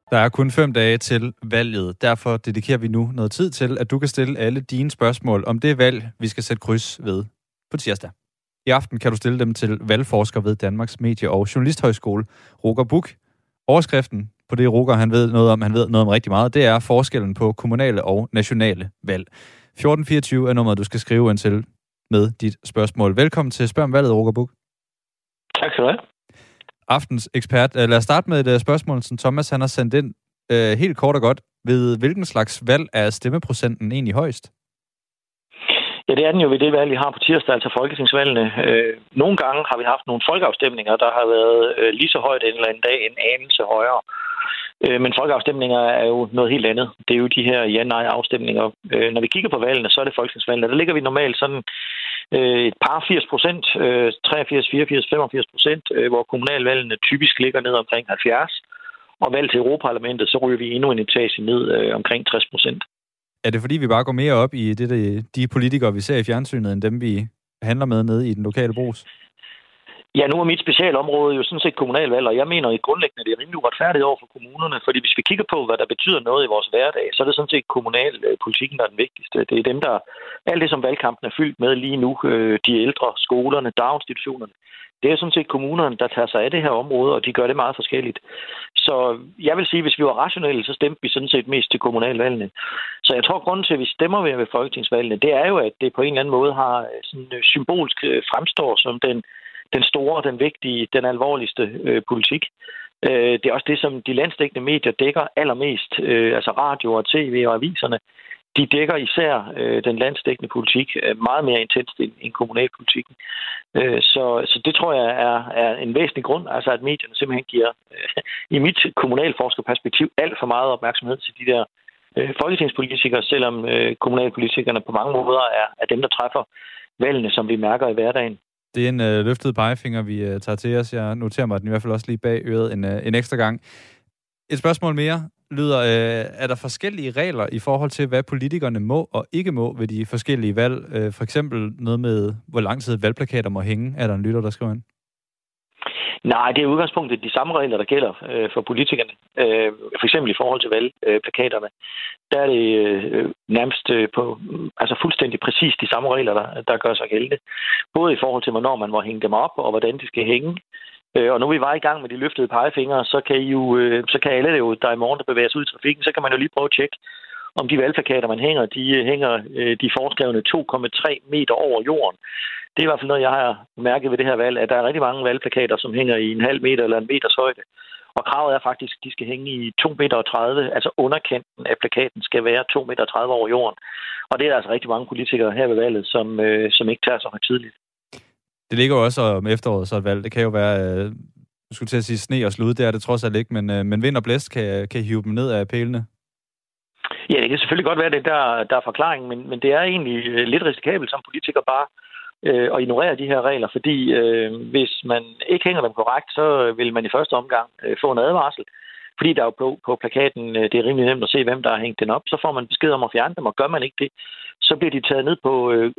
Der er kun 5 dage til valget. Derfor dedikerer vi nu noget tid til, at du kan stille alle dine spørgsmål om det valg, vi skal sætte kryds ved på tirsdag. I aften kan du stille dem til valgforsker ved Danmarks Medie- og Journalisthøjskole, Roger Buch. Overskriften på det, Roger han ved noget om rigtig meget, det er forskellen på kommunale og nationale valg. 1424 er nummeret, du skal skrive ind til med dit spørgsmål. Velkommen til Spørg om valget, Roger Buch. Tak skal du have. Aftens ekspert. Lad os starte med et spørgsmål, som Thomas han har sendt ind helt kort og godt. Ved hvilken slags valg er stemmeprocenten egentlig højst? Ja, det er den jo ved det valg, vi har på tirsdag, altså folketingsvalgene. Nogle gange har vi haft nogle folkeafstemninger, der har været lige så højt en eller anden dag, en anelse højere. Men folkeafstemninger er jo noget helt andet. Det er jo de her ja-nej-afstemninger. Når vi kigger på valgene, så er det folketingsvalgene. Der ligger vi normalt sådan et par 80%, 83, 84, 85%, hvor kommunalvalgene typisk ligger ned omkring 70%. Og valg til Europaparlamentet, så ryger vi endnu en etage ned omkring 60%. Er det fordi, vi bare går mere op i de politikere, vi ser i fjernsynet, end dem, vi handler med nede i den lokale brugs? Ja, nu er mit specialområde jo sådan set kommunalvalg, og jeg mener i grundlæggende, det er rimelig uretfærdigt over for kommunerne, fordi hvis vi kigger på, hvad der betyder noget i vores hverdag, så er det sådan set kommunalpolitikken, der er den vigtigste. Det er dem, der alt det, som valgkampen er fyldt med lige nu, de ældre, skolerne, daginstitutionerne. Det er sådan set kommunerne, der tager sig af det her område, og de gør det meget forskelligt. Så jeg vil sige, hvis vi var rationelle, så stemte vi sådan set mest til kommunalvalgene. Så jeg tror, grunden til, at vi stemmer ved folketingsvalgene, det er jo, at det på en eller anden måde har sådan symbolsk fremstår som den store, den vigtige, den alvorligste politik. Det er også det, som de landsdækkende medier dækker allermest, altså radio og tv og aviserne. De dækker især den landsdækkende politik meget mere intenst end kommunalpolitikken. Så det tror jeg er en væsentlig grund, altså at medierne simpelthen giver, i mit kommunalforskerperspektiv, alt for meget opmærksomhed til de der folketingspolitikere, selvom kommunalpolitikerne på mange måder er dem, der træffer valgene, som vi mærker i hverdagen. Det er en løftet pegefinger, vi tager til os. Jeg noterer mig den i hvert fald også lige bag øret en ekstra gang. Et spørgsmål mere lyder, er der forskellige regler i forhold til, hvad politikerne må og ikke må ved de forskellige valg? For eksempel noget med, hvor lang tid valgplakater må hænge, er der en lytter, der skriver ind? Nej, det er udgangspunktet de samme regler, der gælder for politikerne. For eksempel i forhold til valgplakaterne. Der er det nærmest altså fuldstændig præcis de samme regler, der gør sig gældende. Både i forhold til, hvornår man må hænge dem op, og hvordan de skal hænge. Og nu er vi bare i gang med de løftede pegefingre, så kan alle jo, der i morgen der bevæger sig ud i trafikken, så kan man jo lige prøve at tjekke, om de valgplakater, man hænger, de hænger de foreskrevne 2,3 meter over jorden. Det er i hvert fald noget, jeg har mærket ved det her valg, at der er rigtig mange valgplakater, som hænger i 1,5 meter eller 1 meters højde. Og kravet er faktisk, at de skal hænge i 2,30 meter, altså underkanten af plakaten skal være 2,30 meter over jorden. Og det er der altså rigtig mange politikere her ved valget, som ikke tager så højtideligt. Det ligger jo også om efteråret, så et valg. Det kan jo være, du skulle til at sige sne og slud, det er det trods alt ikke, men vind og blæst kan hive dem ned af pælene. Ja, det kan selvfølgelig godt være, det der er forklaringen, men det er egentlig lidt risikabelt som politiker bare at ignorere de her regler, fordi hvis man ikke hænger dem korrekt, så vil man i første omgang få en advarsel. Fordi der er jo på plakaten, det er rimelig nemt at se, hvem der har hængt den op, så får man besked om at fjerne dem, og gør man ikke det, så bliver de taget ned på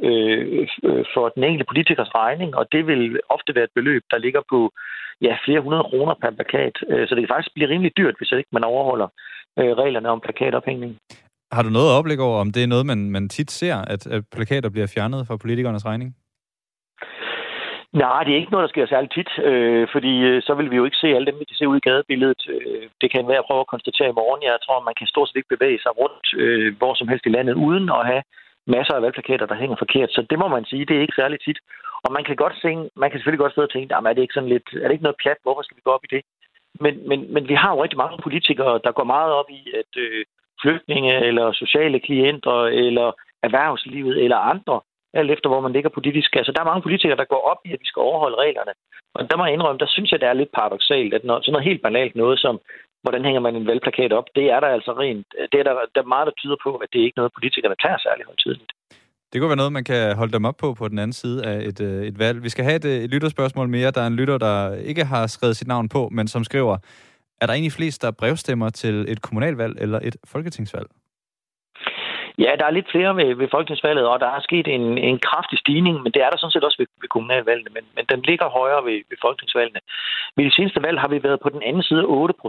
for den enkelte politikers regning, og det vil ofte være et beløb, der ligger på flere 100 kroner per plakat. Så det kan faktisk blive rimelig dyrt, hvis ikke man overholder reglerne om plakatophængning. Har du noget overblik over, om det er noget, man tit ser, at plakater bliver fjernet fra politikernes regning? Nej, det er ikke noget, der sker særligt tit, fordi så vil vi jo ikke se alle dem, vi kan se ud i gadebilledet. Det kan være at prøve at konstatere i morgen. Jeg tror, man kan stort set ikke bevæge sig rundt hvor som helst i landet, uden at have masser af valgplakater, der hænger forkert. Så det må man sige, det er ikke særligt tit. Og man kan selvfølgelig godt sidde og tænke, er det ikke sådan lidt, er det ikke noget pjat, hvorfor skal vi gå op i det? Men vi har jo rigtig mange politikere, der går meget op i, at flygtninge eller sociale klienter eller erhvervslivet eller andre, alt efter hvor man ligger politisk. Altså, der er mange politikere, der går op i, at vi skal overholde reglerne. Og der må jeg indrømme, der synes jeg, det er lidt paradoksalt, at sådan noget helt banalt noget som, hvordan hænger man en valgplakat op, det er der altså rent. Det er der meget, der tyder på, at det er ikke noget, politikerne tager særlig højtideligt. Det kunne være noget, man kan holde dem op på den anden side af et valg. Vi skal have et lytterspørgsmål mere. Der er en lytter, der ikke har skrevet sit navn på, men som skriver, er der egentlig flest, der brevstemmer til et kommunalvalg eller et folketingsvalg? Ja, der er lidt flere ved folketingsvalget, og der er sket en kraftig stigning, men det er der sådan set også ved kommunalvalgene, men den ligger højere ved folketingsvalgene. Ved de seneste valg har vi været på den anden side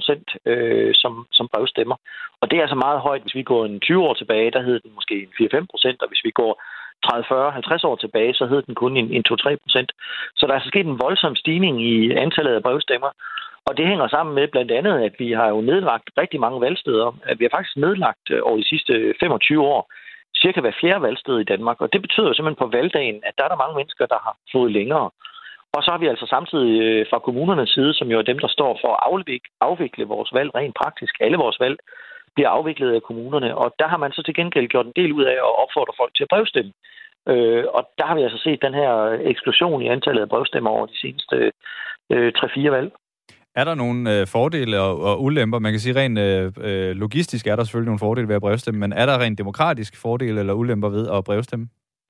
8% som brevstemmer, og det er altså meget højt. Hvis vi går 20 år tilbage, der hed den måske 4-5%, og hvis vi går 30, 40, 50 år tilbage, så hed den kun 2-3%. Så der er altså sket en voldsom stigning i antallet af brevstemmer. Og det hænger sammen med blandt andet, at vi har jo nedlagt rigtig mange valgsteder. At vi har faktisk nedlagt over de sidste 25 år cirka hver fjerde valgsted i Danmark. Og det betyder jo simpelthen på valgdagen, at der er mange mennesker, der har fået længere. Og så har vi altså samtidig fra kommunernes side, som jo er dem, der står for at afvikle vores valg rent praktisk. Alle vores valg bliver afviklet af kommunerne. Og der har man så til gengæld gjort en del ud af at opfordre folk til at brevstemme. Og der har vi altså set den her eksplosion i antallet af brevstemmer over de seneste 3-4 valg. Er der nogle fordele og ulemper? Man kan sige rent logistisk er der selvfølgelig nogle fordele ved at brevstemme, men er der rent demokratisk fordele eller ulemper ved at brevstemme?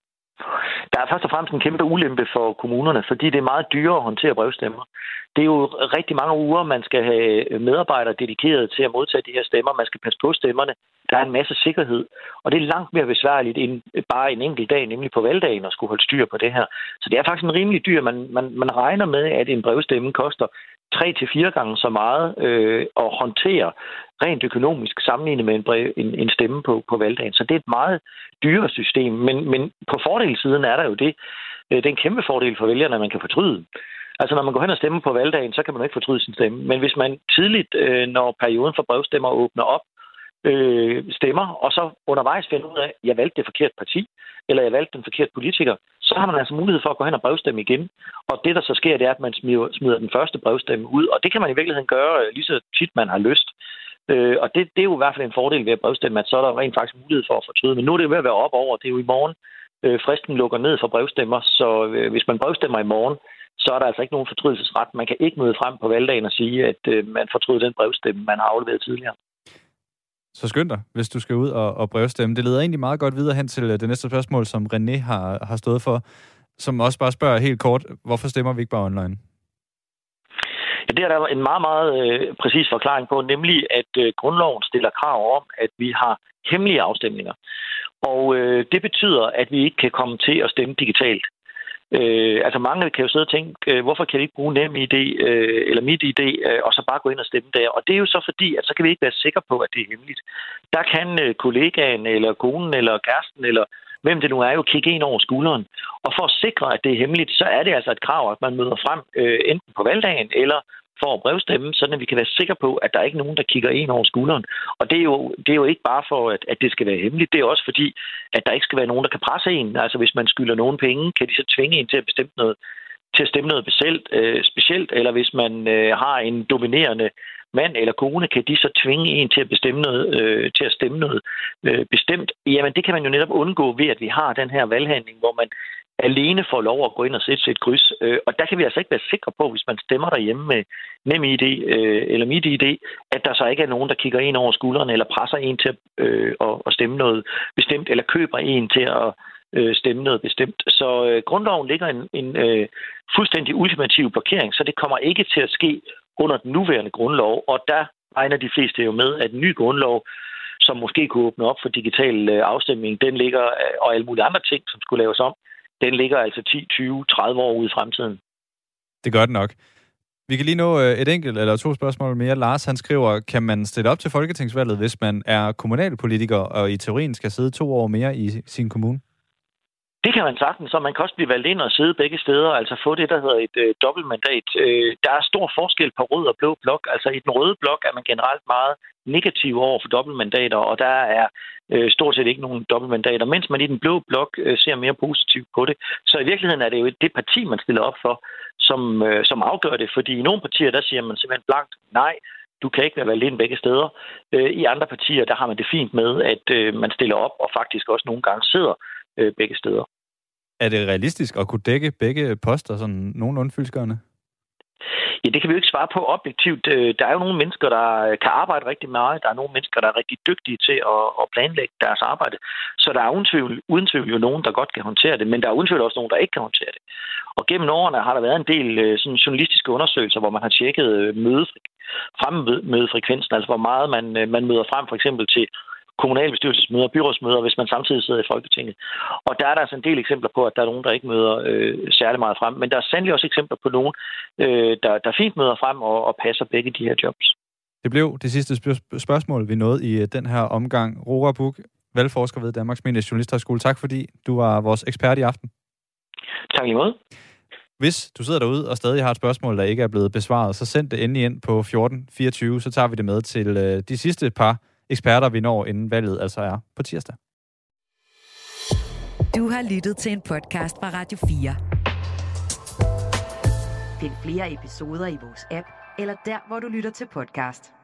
Der er først og fremmest en kæmpe ulempe for kommunerne, fordi det er meget dyrere at håndtere brevstemmer. Det er jo rigtig mange uger, man skal have medarbejdere dedikeret til at modtage de her stemmer. Man skal passe på stemmerne. Der er en masse sikkerhed, og det er langt mere besværligt end bare en enkelt dag, nemlig på valgdagen, at skulle holde styr på det her. Så det er faktisk en rimelig dyr. Man regner med, at en brevstemme koster 3-4 gange så meget at håndtere rent økonomisk sammenlignet med en stemme på valgdagen. Så det er et meget dyrere system. Men på fordelssiden er der jo det. Det er en kæmpe fordel for vælgerne, at man kan fortryde. Altså når man går hen og stemmer på valgdagen, så kan man jo ikke fortryde sin stemme. Men hvis man tidligt, når perioden for brevstemmer åbner op, stemmer, og så undervejs finder ud af, at jeg valgte det forkerte parti, eller jeg valgte den forkerte politiker, så har man altså mulighed for at gå hen og brevstemme igen. Og det, der så sker, det er, at man smider den første brevstemme ud, og det kan man i virkeligheden gøre lige så tit, man har lyst. Og det er jo i hvert fald en fordel ved at brevstemme, at så er der rent faktisk mulighed for at fortryde. Men nu er det jo ved at være op over. Det er jo i morgen, fristen lukker ned for brevstemmer, så hvis man brevstemmer i morgen, så er der altså ikke nogen fortrydelsesret. Man kan ikke møde frem på valgdagen og sige, at man fortryder den brevstemme, man har afleveret tidligere. Så skynd dig, hvis du skal ud og brevstemme. Det leder egentlig meget godt videre hen til det næste spørgsmål, som René har stået for, som også bare spørger helt kort, hvorfor stemmer vi ikke bare online? Ja, det er der en meget, meget præcis forklaring på, nemlig at grundloven stiller krav om, at vi har hemmelige afstemninger. Og det betyder, at vi ikke kan komme til at stemme digitalt. Altså mange kan jo sidde og tænke, hvorfor kan vi ikke bruge NemID eller MitID og så bare gå ind og stemme der? Og det er jo så fordi, at så kan vi ikke være sikre på, at det er hemmeligt. Der kan kollegaen eller konen eller kæresten eller hvem det nu er jo kigge ind over skulderen. Og for at sikre, at det er hemmeligt, så er det altså et krav, at man møder frem enten på valgdagen eller for at brevstemme, sådan at vi kan være sikre på, at der er ikke nogen, der kigger ind over skulderen. Og det er jo ikke bare for, at det skal være hemmeligt. Det er også fordi, at der ikke skal være nogen, der kan presse en. Altså hvis man skylder nogen penge, kan de så tvinge en til at stemme noget specielt, eller hvis man har en dominerende mand eller kone, kan de så tvinge en til at stemme noget bestemt. Jamen det kan man jo netop undgå ved, at vi har den her valghandling, hvor man alene får lov at gå ind og sætte sit kryds. Og der kan vi altså ikke være sikre på, hvis man stemmer derhjemme med NemID eller MitID, at der så ikke er nogen, der kigger en over skulderen eller presser en til at stemme noget bestemt, eller køber en til at stemme noget bestemt. Så grundloven ligger en fuldstændig ultimativ blokering, så det kommer ikke til at ske under den nuværende grundlov, og der regner de fleste jo med, at en ny grundlov, som måske kunne åbne op for digital afstemning, den ligger, og alle mulige andre ting, som skulle laves om, den ligger altså 10, 20, 30 år ude i fremtiden. Det gør det nok. Vi kan lige nå et enkelt eller to spørgsmål mere. Lars, han skriver, kan man stille op til folketingsvalget, hvis man er kommunalpolitiker og i teorien skal sidde 2 år mere i sin kommune? Det kan man sagtens, så man kan også blive valgt ind og sidde begge steder, altså få det, der hedder et dobbeltmandat. Der er stor forskel på rød og blå blok. Altså i den røde blok er man generelt meget negativ over for dobbeltmandater, og der er stort set ikke nogen dobbeltmandater, mens man i den blå blok ser mere positivt på det. Så i virkeligheden er det jo det parti, man stiller op for, som afgør det, fordi i nogle partier, der siger man simpelthen blankt nej, du kan ikke være valgt ind begge steder. I andre partier, der har man det fint med, at man stiller op og faktisk også nogle gange sidder begge steder. Er det realistisk at kunne dække begge poster sådan nogenlunde fyldestgørende? Ja, det kan vi jo ikke svare på objektivt. Der er jo nogle mennesker, der kan arbejde rigtig meget. Der er nogle mennesker, der er rigtig dygtige til at planlægge deres arbejde. Så der er uden tvivl jo nogen, der godt kan håndtere det, men der er uden tvivl også nogen, der ikke kan håndtere det. Og gennem årene har der været en del sådan journalistiske undersøgelser, hvor man har tjekket fremmødefrekvensen, altså hvor meget man møder frem for eksempel til kommunalbestyrelsesmøder, byrådsmøder, hvis man samtidig sidder i Folketinget. Og der er der altså en del eksempler på, at der er nogen, der ikke møder særlig meget frem. Men der er sandelig også eksempler på nogen, der fint møder frem og passer begge de her jobs. Det blev det sidste spørgsmål, vi nåede i den her omgang. Roar Buch, valgforsker ved Danmarks Medie- og Journalisthøjskole. Tak fordi du var vores ekspert i aften. Tak lige måde. Hvis du sidder derude og stadig har et spørgsmål, der ikke er blevet besvaret, så send det endelig ind på 1424, så tager vi det med til de sidste par eksperter, vi når inden valget altså er på tirsdag. Du har lyttet til en podcast fra Radio 4. Find flere episoder i vores app, eller der, hvor du lytter til podcast.